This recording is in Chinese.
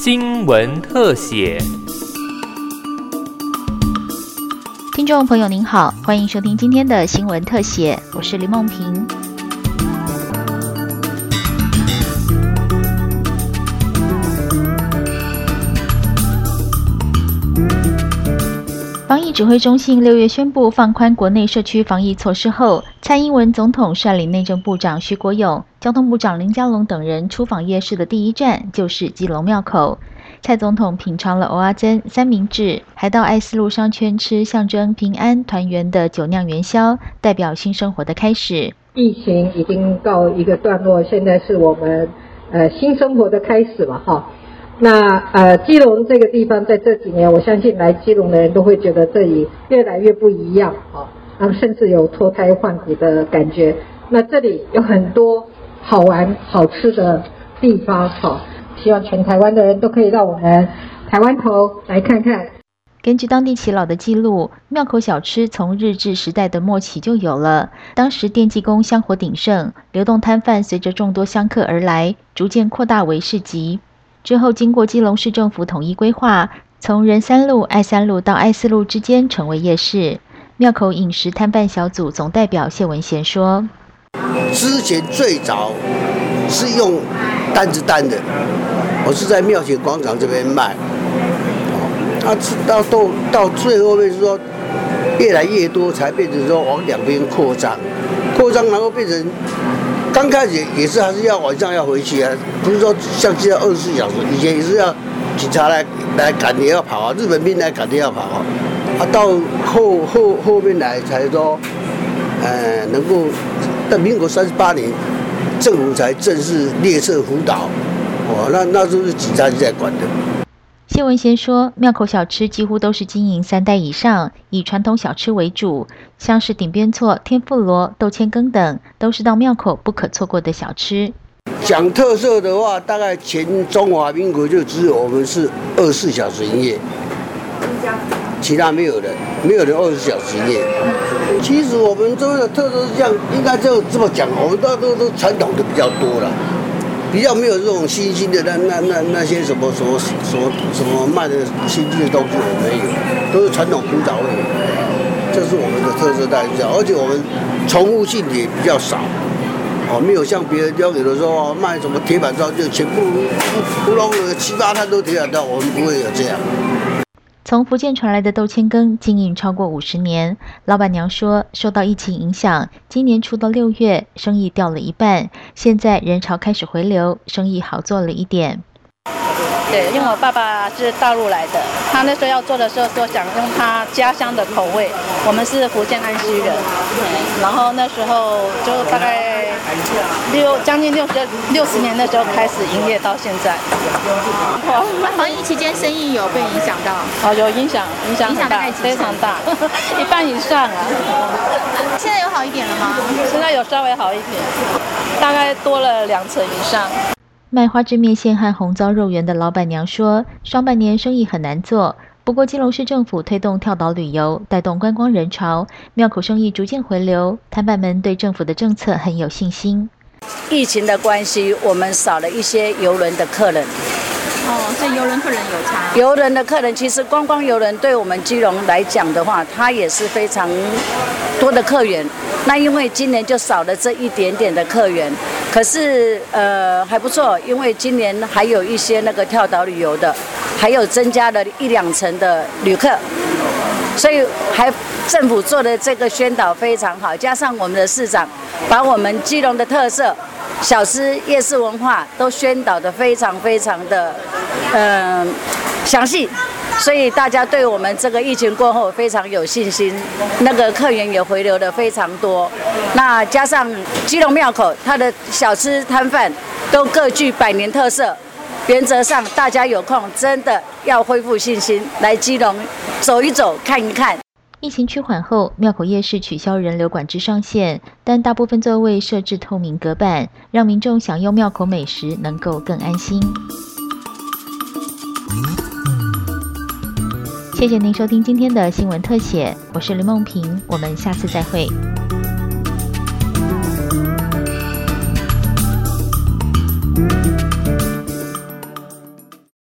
新闻特写。 听众朋友您好，欢迎收听今天的新闻特写，我是林梦萍。防疫指挥中心6月宣布放宽国内社区防疫措施后，蔡英文总统率领内政部长徐国勇、交通部长林佳龙等人出访夜市的第一站就是基隆庙口。蔡总统品尝了蚵仔煎、三明治，还到爱思路商圈吃象征平安团圆的酒酿元宵，代表新生活的开始。 疫情已经告一个段落，现在是我们新生活的开始了哈。那基隆这个地方在这几年，我相信来基隆的人都会觉得这里越来越不一样啊，然后甚至有脱胎换骨的感觉。那这里有很多好玩好吃的地方哈，希望全台湾的人都可以到我们台湾头来看看。 根据当地耆老的记录，庙口小吃从日治时代的末期就有了。当时电技工香火鼎盛，流动摊贩随着众多香客而来，逐渐扩大为市集。之后经过基隆市政府统一规划，从仁三路、爱三路到爱四路之间成为夜市。庙口饮食摊贩小组总代表谢文贤说， 之前最早是用担子担的，我是在庙前广场这边卖，到最后面是说越来越多，才变成说往两边扩张，然后变成刚开始也是还是要晚上要回去啊，不是说像现在24小时，以前也是要警察来赶也要跑啊，日本兵来赶也要跑啊，到后面来才说，能够到民国38年，政府才正式列车辅导，那时候是警察在管的。 谢文贤说，庙口小吃几乎都是经营3代以上，以传统小吃为主，像是顶边错、天妇罗、豆千羹等，都是到庙口不可错过的小吃。 讲特色的话，大概前中华民国就只有我们是24小时营业，其他没有人24小时营业。其实我们这边的特色是这样，应该就这么讲，我们都传统的比较多了。比较没有这种新兴的那些什么卖的新兴的东西，我没有，都是传统古早味，这是我们的特色大家，而且我们重复性也比较少，没有像别人有的时候卖什么铁板烧就全部不弄了7、8摊都铁板烧，我们不会有这样。 从福建传来的豆千羹经营超过50年，老板娘说，受到疫情影响，今年初到6月，生意掉了一半，现在人潮开始回流，生意好做了一点。 对，因为我爸爸是大陆来的，他那时候要做的时候说想用他家乡的口味，我们是福建安溪人，然后那时候就大概将近60年的时候开始营业到现在。 那防疫期间生意有被影响到？ 有影响很大，非常大，一半以上啊。 现在有好一点了吗？ 现在有稍微好一点，大概多了2成以上。 卖花枝面线和红糟肉圆的老板娘说，上半年生意很难做，不过基隆市政府推动跳岛旅游，带动观光人潮，庙口生意逐渐回流，摊贩们对政府的政策很有信心。 疫情的关系，我们少了一些邮轮的客人。 所以邮轮客人有差。 邮轮的客人其实观光邮轮对我们基隆来讲的话，它也是非常多的客源。那因为今年就少了这一点点的客源，可是还不错，因为今年还有一些那个跳岛旅游的，还有增加了1、2成的旅客，所以政府做的这个宣导非常好，加上我们的市长把我们基隆的特色小吃夜市文化都宣导的非常的详细，所以大家对我们这个疫情过后非常有信心，那个客源也回流的非常多。那加上基隆庙口它的小吃摊贩都各具100年特色，原则上大家有空真的要恢复信心，来基隆走一走看一看。 疫情趋缓后，庙口夜市取消人流管制上限，但大部分座位设置透明隔板，让民众享用庙口美食能够更安心。谢谢您收听今天的新闻特写，我是林梦萍，我们下次再会。